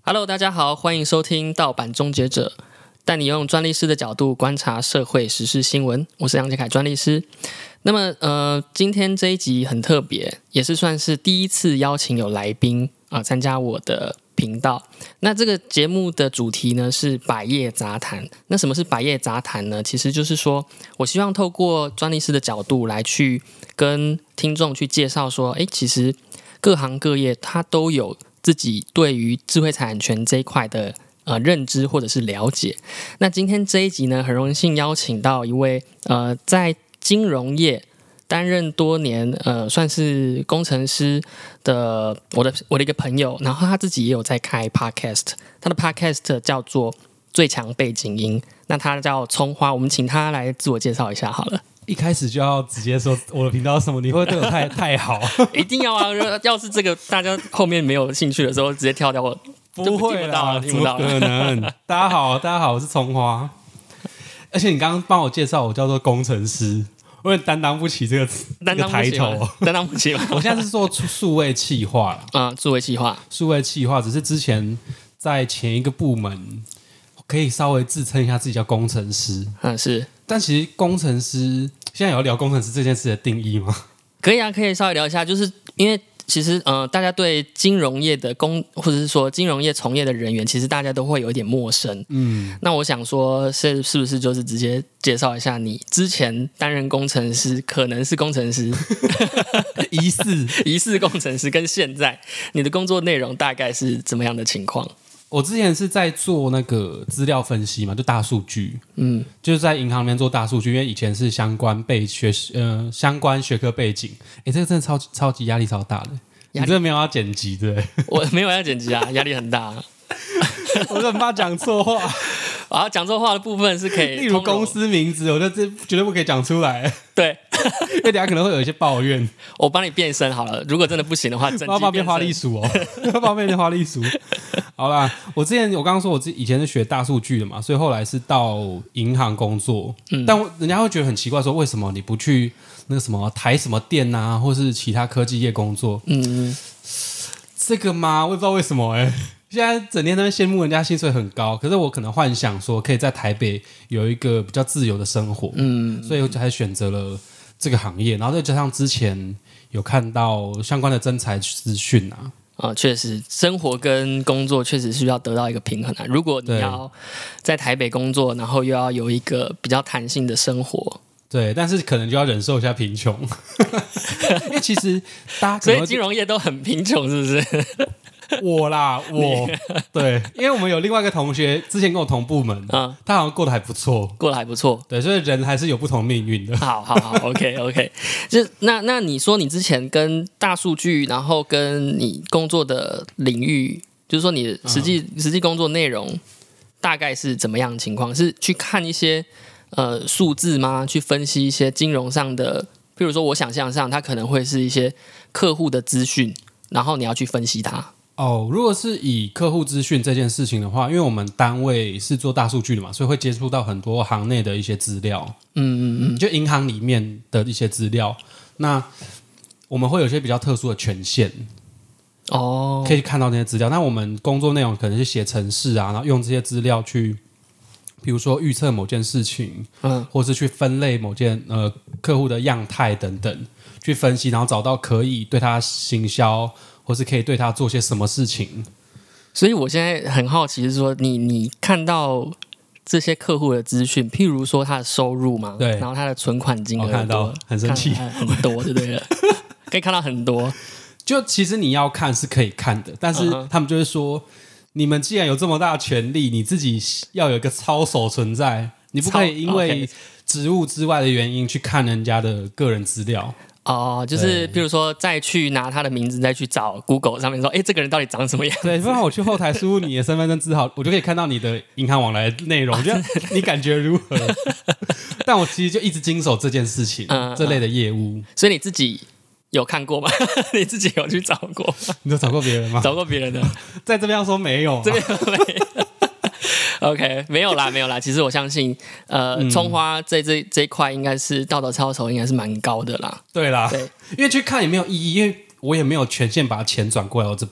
Hello， 大家好，欢迎收听盗版终结者，带你用专利师的角度观察社会时事新闻。我是杨杰凯专利师。那么今天这一集很特别，也是算是第一次邀请有来宾参加我的频道。那这个节目的主题呢是百业杂谈。那什么是百业杂谈呢？其实就是说我希望透过专利师的角度来去跟听众去介绍说，其实各行各业它都有自己对于智慧财产权这一块的认知或者是了解。那今天这一集呢，很荣幸邀请到一位在金融业担任多年算是工程师的我的一个朋友，然后他自己也有在开 podcast， 他的 podcast 叫做最强背景音，那他叫葱花，我们请他来自我介绍一下好了。 一开始就要直接说我的频道是什么，你会对我太好？ 一定要啊！要是这个大家后面没有兴趣的时候，直接跳掉我， 不会啦，怎么可能？大家好，我是葱花。而且你刚刚帮我介绍，我叫做工程师，我也担当不起这个抬头， 担当不起吗？ 我现在是做数位企划了， 数位企划，只是之前在前一个部门可以稍微自称一下自己叫工程师， 是。 但其实工程师现在有要聊工程师这件事的定义吗？ 可以啊，可以稍微聊一下，就是因为其实大家对金融业的或者是说金融业从业的人员，其实大家都会有一点陌生。那我想说是不是就是直接介绍一下你之前担任工程师，可能是工程师，疑似工程师，跟现在你的工作内容大概是怎么样的情况？ 我之前是在做那个资料分析嘛，就大数据，就是在银行里面做大数据，因为以前是相关学科背景，这个真的超级压力超大的。你真的没有要剪辑对不对？ 我没有要剪辑啊，压力很大。 我很怕讲错话。 讲错话的部分是可以， 例如公司名字，我就绝对不可以讲出来。 对， 因为等一下可能会有一些抱怨。 我帮你变身好了，如果真的不行的话， 不要变花栗鼠哦，不要变花栗鼠。好啦，我刚刚说我以前是学大数据的嘛，所以后来是到银行工作。但人家会觉得很奇怪，说为什么你不去那个什么台什么店啊，或是其他科技业工作？这个吗？我也不知道为什么现在整天在那边羡慕人家薪水很高，可是我可能幻想说可以在台北有一个比较自由的生活，所以我才选择了这个行业。然后再加上之前有看到相关的征才资讯确实，生活跟工作确实需要得到一个平衡如果你要在台北工作，然后又要有一个比较弹性的生活， 对，但是可能就要忍受一下贫穷，因为其实大家所以金融业都很贫穷，是不是？ 我对，因为我们有另外一个同学之前跟我同部门，他好像过得还不错，对，所以人还是有不同命运的。 好 ，OK， 就那你说你之前跟大数据，然后跟你工作的领域，就是说你的实际工作内容大概是怎么样的情况？是去看一些数字吗？去分析一些金融上的，譬如说我想象上，它可能会是一些客户的资讯，然后你要去分析它。 如果是以客户资讯这件事情的话，因为我们单位是做大数据的嘛，所以会接触到很多行内的一些资料，就银行里面的一些资料。那我们会有一些比较特殊的权限，可以看到那些资料。那我们工作内容可能是写程式然后用这些资料去，比如说预测某件事情，或是去分类某件客户的样态等等，去分析，然后找到可以对他行销，或是可以对他做些什么事情。 所以我现在很好奇是说，你看到这些客户的资讯，譬如说他的收入嘛， 对， 然后他的存款金额， 看到很生气， 很多就对了，可以看到很多。 就其实你要看是可以看的，但是他们就会说，你们既然有这么大的权利，你自己要有一个操守存在，你不可以因为职务之外的原因去看人家的个人资料。 就是比如说再去拿他的名字再去找 Google 上面说这个人到底长什么样子， 对，不然我去后台输入你的身份证字号，我就可以看到你的银行往来内容，我觉得你感觉如何？但我其实就一直经手这件事情，这类的业务。 所以你自己有看过吗？你自己有去找过吗？ 你有找过别人吗？ 找过别人的， 在这边要说没有， 这边没有。OK， 没有啦。其实我相信，葱花这一块应该是道德操守应该是蛮高的啦。 对啦，对，因为去看也没有意义，因为我也没有权限把钱转过来我这边。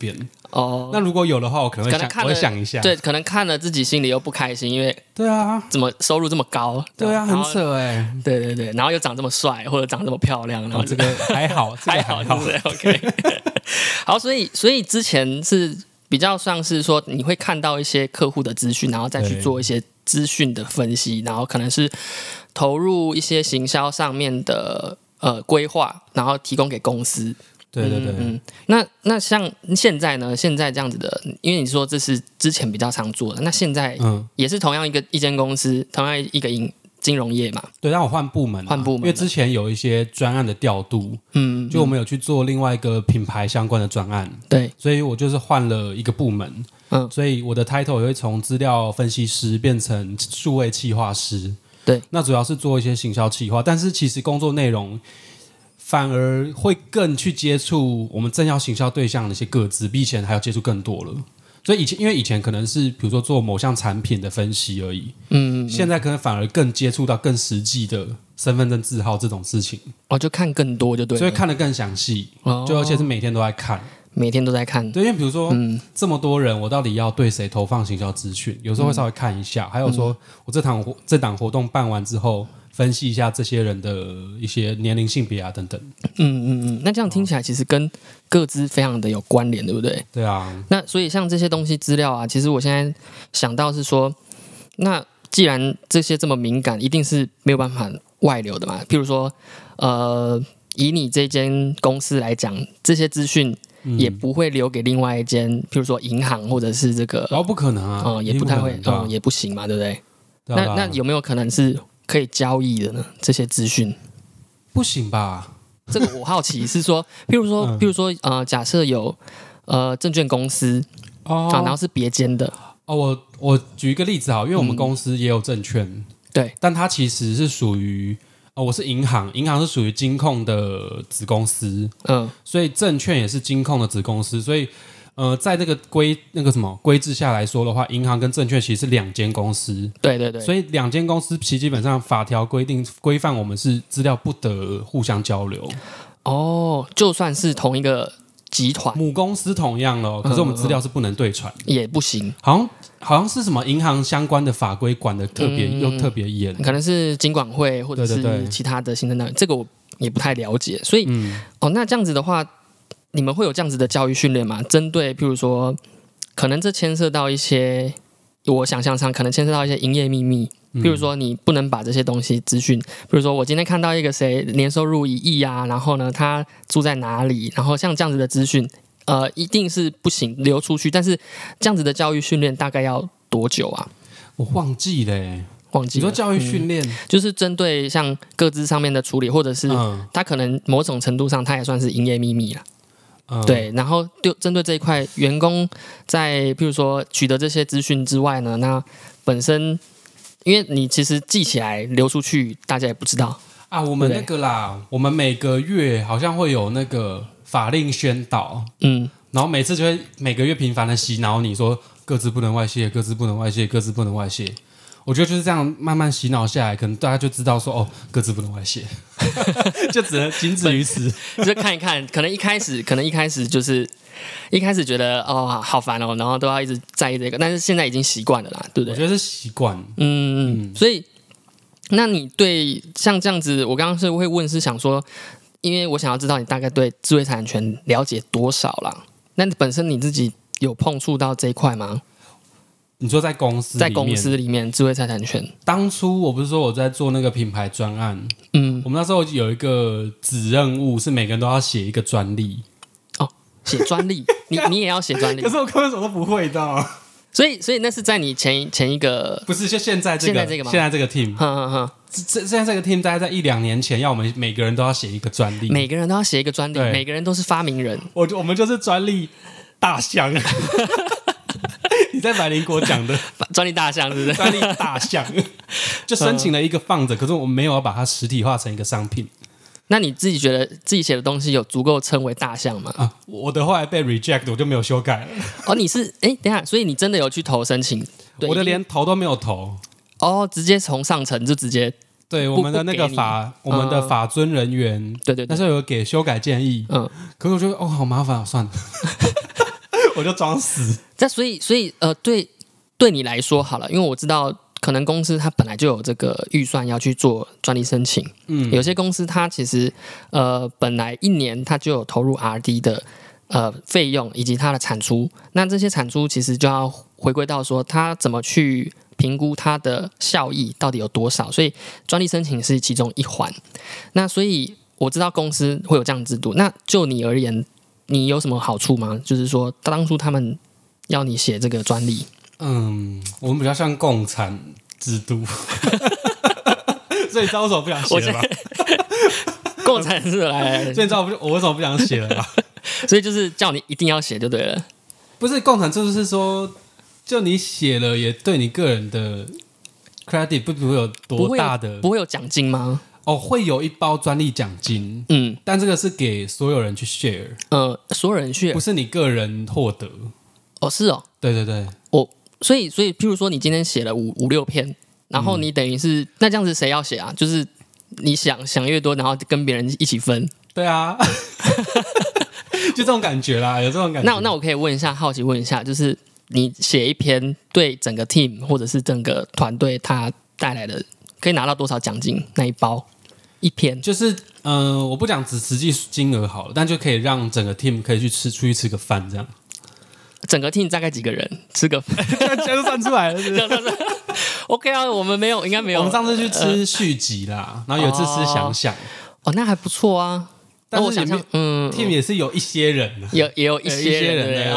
哦， 那如果有的话，我可能会看我会想一下。 对，可能看了自己心里又不开心，因为对啊， 怎么收入这么高？ 对啊，很扯哎。 对对对，然后又长这么帅，或者长这么漂亮，然后这个还好，这个还好， 对 OK 好，所以之前是比较像是说，你会看到一些客户的资讯，然后再去做一些资讯的分析，然后可能是投入一些行销上面的规划，然后提供给公司。 对对对， 那像现在呢？现在这样子的，因为你说这是之前比较常做的，那现在也是同样一间公司，同样一个金融业嘛。 对，让我换部门，因为之前有一些专案的调度，就我们有去做另外一个品牌相关的专案， 对， 所以我就是换了一个部门，所以我的 title 也会从资料分析师变成数位企划师。 对， 那主要是做一些行销企划，但是其实工作内容反而会更去接触我们正要行销对象的一些个资，比以前还要接触更多了。所以因为以前可能是比如说做某项产品的分析而已，现在可能反而更接触到更实际的身份证字号这种事情， 就看更多就对了， 所以看得更详细，就而且是每天都在看。 每天都在看， 对，因为比如说、这么多人，我到底要对谁投放行销资讯？有时候会稍微看一下，还有说我这档活动办完之后，分析一下这些人的一些年龄、性别啊等等。 那这样听起来其实跟个资非常的有关联，对不对？ 对啊。 那所以像这些东西资料啊，其实我现在想到是说，那既然这些这么敏感，一定是没有办法外流的嘛。譬如说，以你这间公司来讲，这些资讯也不会留给另外一间，譬如说银行或者是这个， 不可能啊， 也不太会，也不行嘛，对不对？那有没有可能是可以交易的呢？这些资讯不行吧？ 这个我好奇是说，譬如说，假设有证券公司然后是别间的我举一个例子好，因为我们公司也有证券， 对， 但它其实是属于。我是银行，银行是属于金控的子公司，所以证券也是金控的子公司，所以在那个规制下来说的话，银行跟证券其实是两间公司， 对对对， 所以两间公司其实基本上法条规范我们是资料不得互相交流。 就算是同一个集团母公司同样了，可是我们资料是不能对传， 也不行。 好像是什么银行相关的法规管的特别严， 可能是金管会或者是其他的行政单位，这个我也不太了解。所以那这样子的话，你们会有这样子的教育训练吗？针对譬如说，可能这牵涉到一些我想象上可能牵涉到一些营业秘密。譬如说，你不能把这些东西资讯，比如说我今天看到一个谁年收入1亿啊，然后呢他住在哪里，然后像这样子的资讯，一定是不行流出去。但是这样子的教育训练大概要多久啊？ 我忘记了。你说教育训练， 就是针对像个资上面的处理，或者是他可能某种程度上他也算是营业秘密了。对，然后就针对这一块，员工在譬如说取得这些资讯之外呢，那本身。因为你其实记起来流出去，大家也不知道啊。我们那个啦，我们每个月好像会有那个法令宣导，然后每次就会每个月频繁的洗脑你说各自不能外泄，各自不能外泄，各自不能外泄。我觉得就是这样慢慢洗脑下来，可能大家就知道说各自不能外泄，就只能仅止于此。 就看一看，可能一开始就是一开始觉得好烦然后都要一直在意这个，但是现在已经习惯了啦，对不对？ 我觉得是习惯。 所以那你对像这样子，我刚刚是会问，是想说，因为我想要知道你大概对智慧财产权了解多少啦。那本身你自己有碰触到这一块吗？ 你说在公司里面智慧财产权， 当初我不是说我在做那个品牌专案，我们那时候有一个子任务是每个人都要写一个专利。 写专利，你也要写专利， 可是我根本什么都不会的。 所以那是在你前一个， 不是就现在这个吗？现在这个 team， 现在这个 team 大概在1-2年前，要我们每个人都要写一个专利， 每个人都要写一个专利，每个人都是发明人。 我们就是专利大象。你在百灵果讲的专利大象是不是？ 专利大象就申请了一个放着，可是我们没有要把它实体化成一个商品。 那你自己觉得自己写的东西有足够称为大象吗？ 我的后来被 reject， 我就没有修改了。 你是等一下，所以你真的有去投申请？ 我的连投都没有投。 直接从上层就直接对我们的那个我们的法遵人员， 对， 那时候有给修改建议，可是我觉得好麻烦算了， 我就装死。 对你来说好了，因为我知道可能公司它本来就有这个预算要去做专利申请，有些公司它其实本来1年它就有投入 R&D 的费用以及它的产出，那这些产出其实就要回归到说它怎么去评估它的效益到底有多少，所以专利申请是其中一环。那所以我知道公司会有这样的制度，那就你而言，你有什么好处吗？就是说当初他们要你写这个专利。 我们比较像共产制度，所以你知道为什么不想写了吧？ 共产制来， 所以你知道我为什么不想写了吧？ 所以就是叫你一定要写就对了。 不是共产制度是说，就你写了也对你个人的 credit 不会有多大的， 不会有奖金吗？ 会有一包专利奖金，但这个是给所有人去 share， 所有人 share， 不是你个人获得。 是哦， 对对对， 所以，譬如说，你今天写了五六篇，然后你等于是那这样子谁要写啊？就是你想越多，然后跟别人一起分。 对啊，就这种感觉啦，有这种感觉。 那我可以问一下，好奇问一下，就是你写一篇对整个 team 或者是整个团队他带来的可以拿到多少奖金？那一包一篇就是我不讲实际金额好了，但就可以让整个 team 可以出去吃个饭这样。 整个 team 大概几个人吃个饭？ 这样就算出来了是不是 ？OK 啊，我们没有，应该没有。 我们上次去吃续集啦，然后有一次吃想想， 那还不错啊。 但我想象，team 也是有一些人， 也有一些人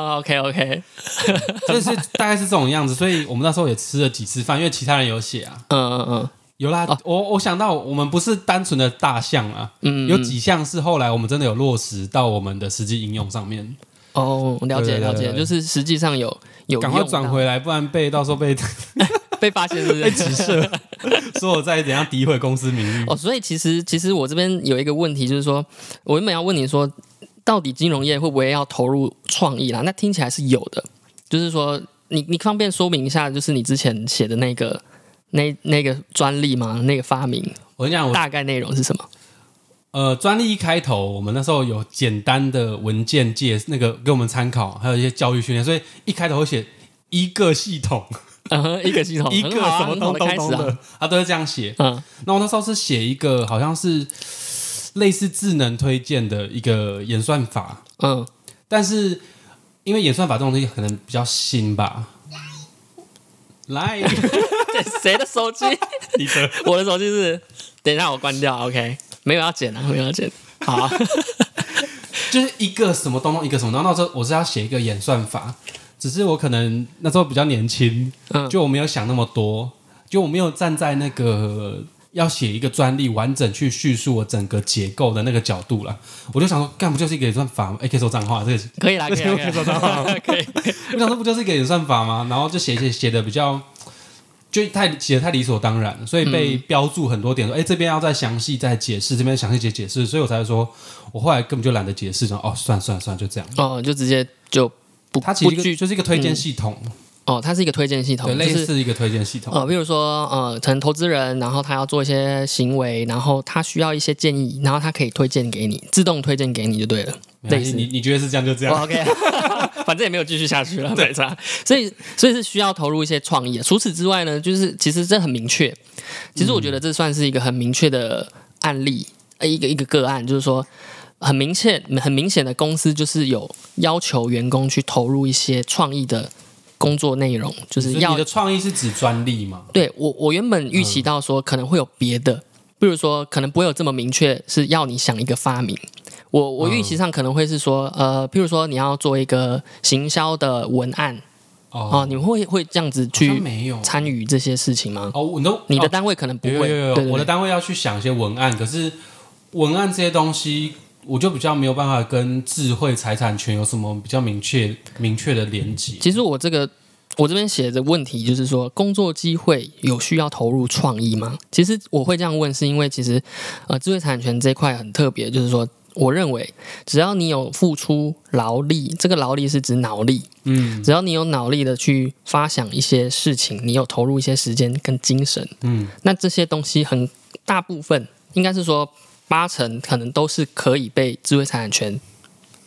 OK， 所以是大概是这种样子。所以我们那时候也吃了几次饭，因为其他人有写啊。有啦，我想到我们不是单纯的大项啊，有几项是后来我们真的有落实到我们的实际应用上面。 了解，就是实际上有赶快转回来，不然到时候被发现是不是？ 被指涉，说我在怎样诋毁公司名誉。 所以其实我这边有一个问题，就是说我原本要问你说，到底金融业会不会要投入创意啦？那听起来是有的，就是说你方便说明一下，就是你之前写的那个专利吗？那个发明， 我跟你讲， 大概内容是什么？ 专利一开头，我们那时候有简单的文件介那个给我们参考，还有一些教育训练，所以一开头会写一个系统， 一个系统， 一个什么东东的，他都会这样写。那我那时候是写一个好像是类似智能推荐的一个演算法，但是因为演算法这种东西可能比较新吧。来， 谁的手机？ 你的， 我的手机是。等一下，我关掉。OK。没有要剪啊，没有要剪。好， 就是一个什么东东，一个什么东东。那时候我是要写一个演算法，只是我可能那时候比较年轻，就我没有想那么多，就我没有站在那个要写一个专利完整去叙述我整个结构的那个角度啦。我就想说，干不就是一个演算法吗？可以说脏话，这个可以啦，可以说脏话，可以。我想说，不就是一个演算法吗？然后就写的比较。就写的太理所当然了，所以被标注很多点说，这边要再详细再解释，这边详细解释，所以我才说，我后来根本就懒得解释，算了，就这样。 就直接就不， 它其实就是一个推荐系统。 它是一个推荐系统， 对，类似一个推荐系统。 比如说可能投资人，然后他要做一些行为，然后他需要一些建议，然后他可以推荐给你，自动推荐给你就对了。类似你觉得是这样就这样。 OK， 反正也没有继续下去了，没差。所以是需要投入一些创意的。除此之外呢，就是其实这很明确。其实我觉得这算是一个很明确的案例，一个个案，就是说很明显的公司就是有要求员工去投入一些创意的工作内容，就是要你的创意是指专利吗？ 对，我原本预期到说可能会有别的，比如说可能不会有这么明确是要你想一个发明。我预期上可能会是说，譬如说你要做一个行销的文案，你们会这样子去参与这些事情吗？你的单位可能不会。 有，我的单位要去想一些文案，可是文案这些东西，我就比较没有办法跟智慧财产权有什么比较明确的连接。 其实我这边写的问题就是说，工作机会有需要投入创意吗？其实我会这样问，是因为其实智慧财产权这一块很特别，就是说。我认为，只要你有付出劳力，这个劳力是指脑力，只要你有脑力的去发想一些事情，你有投入一些时间跟精神，那这些东西很大部分应该是说80%可能都是可以被智慧财产权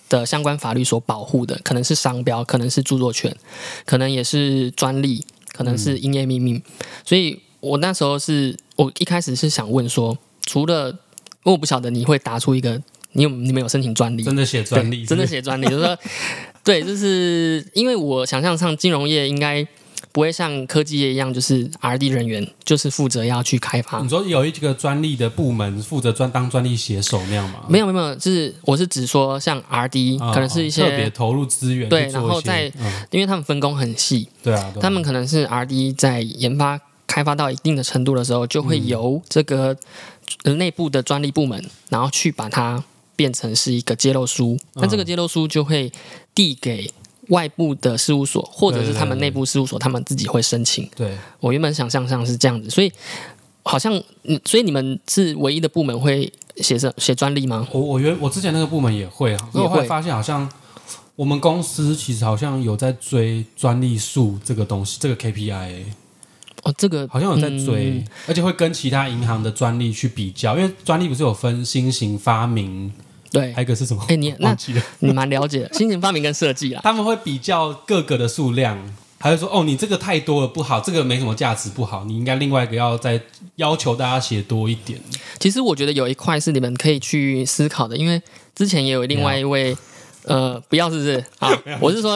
的相关法律所保护的，可能是商标，可能是著作权，可能也是专利，可能是营业秘密。所以我那时候我一开始是想问说，除了我不晓得你会答出一个，你们有申请专利？ 真的写专利， 真的写专利，就是说，对，就是因为我想象上金融业应该不会像科技业一样，就是 R&D 人员就是负责要去开发。 你说有一个专利的部门负责当专利写手那样吗？ 没有，我是指说像 R&D、可能是一些特别投入资源， 对，然后因为他们分工很细， 对啊， 他们可能是 R&D 在研发开发到一定的程度的时候，就会由这个内部的专利部门，然后去把它变成是一个揭露书，那这个揭露书就会递给外部的事务所，或者是他们内部事务所，他们自己会申请。 对， 我原本想象上是这样子，所以好像，所以你们是唯一的部门会写专利吗？ 我之前那个部门也会，可是我后来发现好像我们公司其实好像有在追专利数这个东西，这个 KPI。 这个好像有在追，而且会跟其他银行的专利去比较，因为专利不是有分新型发明。 对， 还有一个是什么？ 你蛮了解的，新型发明跟设计啦。 他们会比较各个的数量，还会说你这个太多了不好，这个没什么价值不好，你应该另外一个要再要求大家写多一点。 其实我觉得有一块是你们可以去思考的，因为之前也有另外一位不要是不是？好，我是说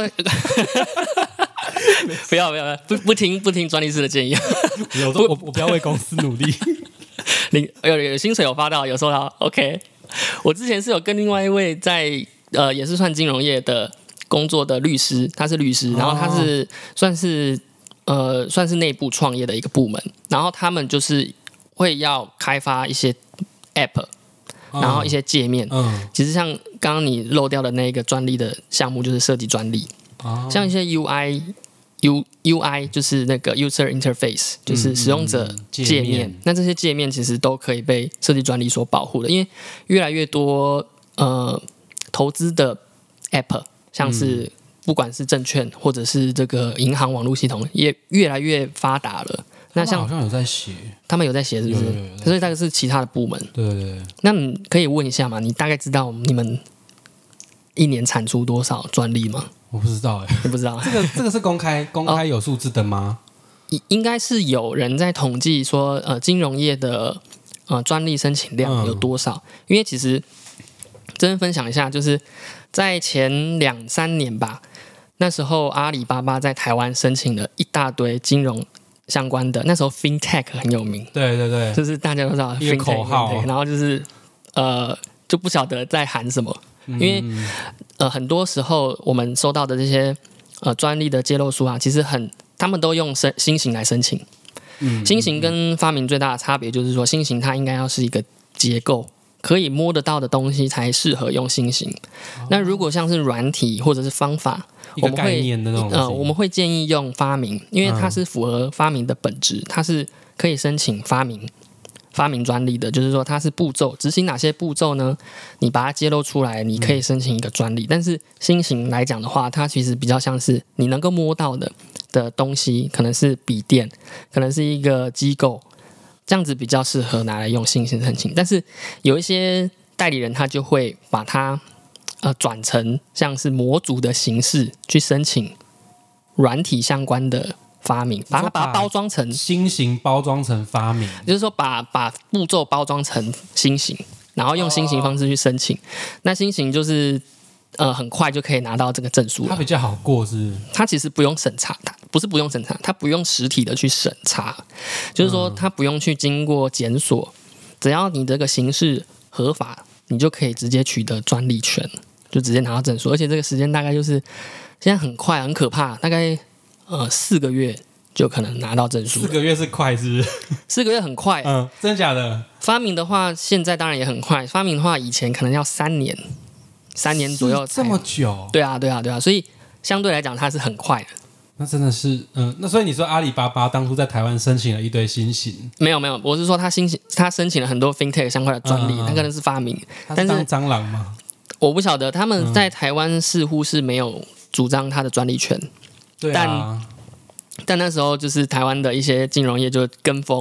不要不听专利师的建议。 我不要为公司努力。 有薪水有发到，有收到 OK。我之前是有跟另外一位在也是算金融业的工作的律师，他是律师，然后他是算是内部创业的一个部门，然后他们就是会要开发一些 App， 然后一些界面。其实像刚刚你漏掉的那个专利的项目就是设计专利，像一些 UI 就是那个 user interface， 就是使用者界面。那这些界面其实都可以被设计专利所保护的，因为越来越多投资的 App， 像是不管是证券或者是这个银行网络系统，也越来越发达了。那像好像有在写， 他们有在写，是不是？所以这个是其他的部门。 对。 那你可以问一下嘛？你大概知道你们一年产出多少专利吗？ 我不知道你不知道这个是公开有数字的吗？ 应该是有人在统计说，金融业的专利申请量有多少？因为其实这边分享一下，就是在前2-3年吧，那时候阿里巴巴在台湾申请了一大堆金融相关的，那时候 FinTech 很有名， 对， 就是大家都知道一个口号， 然后就是就不晓得在喊什么。因为很多时候我们收到的这些专利的揭露书啊，其实他们都用新型来申请。新型跟发明最大的差别就是说，新型它应该要是一个结构可以摸得到的东西才适合用新型。那如果像是软体或者是方法， 一个概念的那种东西， 我们会建议用发明，因为它是符合发明的本质，它是可以申请发明专利的，就是说它是步骤，执行哪些步骤呢？你把它揭露出来，你可以申请一个专利。但是新型来讲的话，它其实比较像是你能够摸到的东西，可能是笔电，可能是一个机构，这样子比较适合拿来用新型申请。但是有一些代理人，他就会把它转成像是模组的形式去申请软体相关的发明，把它包装成新型，包装成发明， 就是说把步骤包装成新型，然后用新型方式去申请。那新型就是很快就可以拿到这个证书了。 它比较好过是不是？ 它其实不用审查，它不是不用审查，它不用实体的去审查，就是说它不用去经过检索，只要你这个形式合法，你就可以直接取得专利权，就直接拿到证书。而且这个时间大概就是现在很快，很可怕，大概4个月就可能拿到证书。 4个月是快是不是 ？4个月很快。 真的假的？ 发明的话，现在当然也很快。发明的话，以前可能要3年左右才。 这么久？ 对啊。所以相对来讲，它是很快的。 那真的是，那所以你说阿里巴巴当初在台湾申请了一堆新型？ 没有，我是说他申请了很多 FinTech 相关的专利，那可能是发明。 但是当蟑螂吗？ 我不晓得，他们在台湾似乎是没有主张他的专利权。 对啊。 但那时候就是台湾的一些金融业就跟风，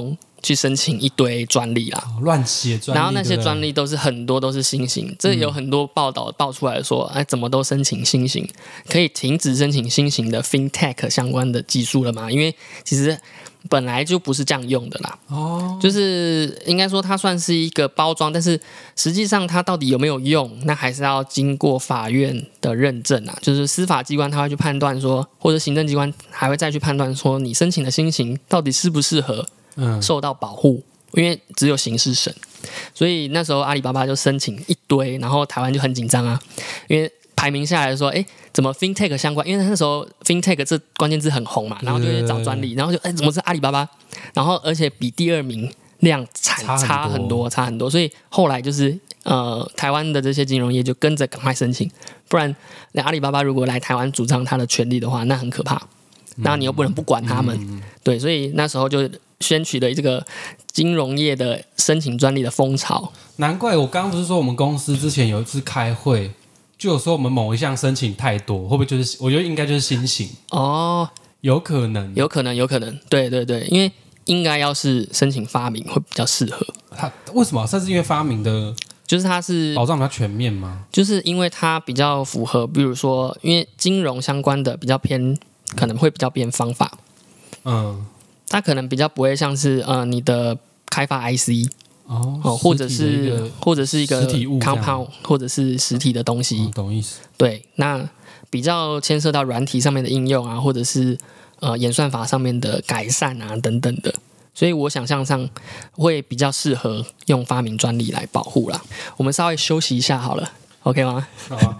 去申请一堆专利啦， 乱写专利， 然后那些专利利很多都是新型，这有很多报道爆出来说，怎么都申请新型，可以停止申请新型的 FinTech 相关的技术了嘛？因为其实本来就不是这样用的啦，就是应该说它算是一个包装，但是实际上它到底有没有用，那还是要经过法院的认证啊，就是司法机关他会去判断说，或者行政机关还会再去判断说，你申请的新型到底适不适合受到保护，因为只有刑事审，所以那时候阿里巴巴就申请一堆，然后台湾就很紧张啊，因为排名下来说，怎么 FinTech 相关？因为那时候 FinTech 这关键字很红嘛，然后就会找专利，然后就怎么是阿里巴巴？然后而且比第2名量差很多，所以后来就是台湾的这些金融业就跟着赶快申请，不然阿里巴巴如果来台湾主张它的权利的话，那很可怕。那你又不能不管他们，对，所以那时候就掀起了这个金融业的申请专利的风潮。 难怪我刚刚不是说我们公司之前有一次开会，就有说我们某一项申请太多，会不会就是我觉得应该就是新型哦，有可能，对，因为应该要是申请发明会比较适合。它为什么？它是因为发明的， 就是它是保障比较全面吗？ 就是因为它比较符合，比如说因为金融相关的比较偏。可能会比较偏方法，它可能比较不会像是你的开发 IC 或者是一个实体物 compound 或者是实体的东西， 懂意思？ 对，那比较牵涉到软体上面的应用啊，或者是演算法上面的改善啊等等的，所以我想象上会比较适合用发明专利来保护啦。我们稍微休息一下好了 ，OK 吗？ 好啊。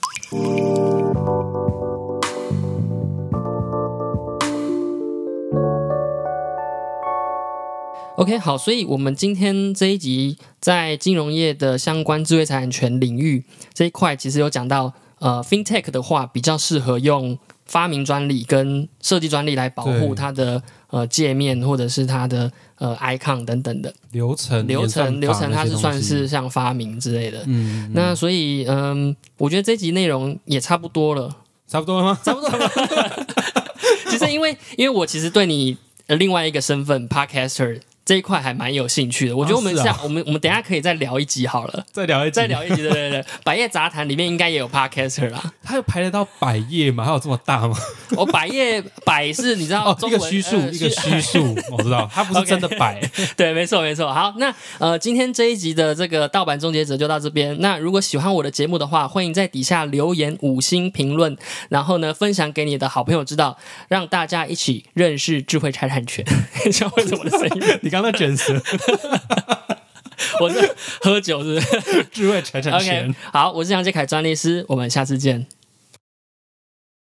OK， 好，所以我们今天这一集在金融业的相关智慧财产权领域这一块，其实有讲到FinTech 的话，比较适合用发明专利跟设计专利来保护它的界面或者是它的icon 等等的流程，它是算是像发明之类的。那所以我觉得这集内容也差不多了， 差不多了吗？ 差不多了。其实因为我其实对你另外一个身份 Podcaster。这一块还蛮有兴趣的，我觉得我们我们等一下可以再聊一集好了， 再聊一集， 对，百业杂谈里面应该也有 podcaster 啦， 它有排得到100页吗？还有这么大吗？ 百是你知道中文一个虚数，一个虚数，我知道，它不是真的100。 对，没错。好，那今天这一集的这个盗版终结者就到这边。那如果喜欢我的节目的话，欢迎在底下留言5星评论，然后呢分享给你的好朋友知道，让大家一起认识智慧财产权。像为什么我的声音？ 你刚才卷舌， 我是喝酒是不是？ 智慧财产权。 OK， 好，我是杨杰凯专利师，我们下次见。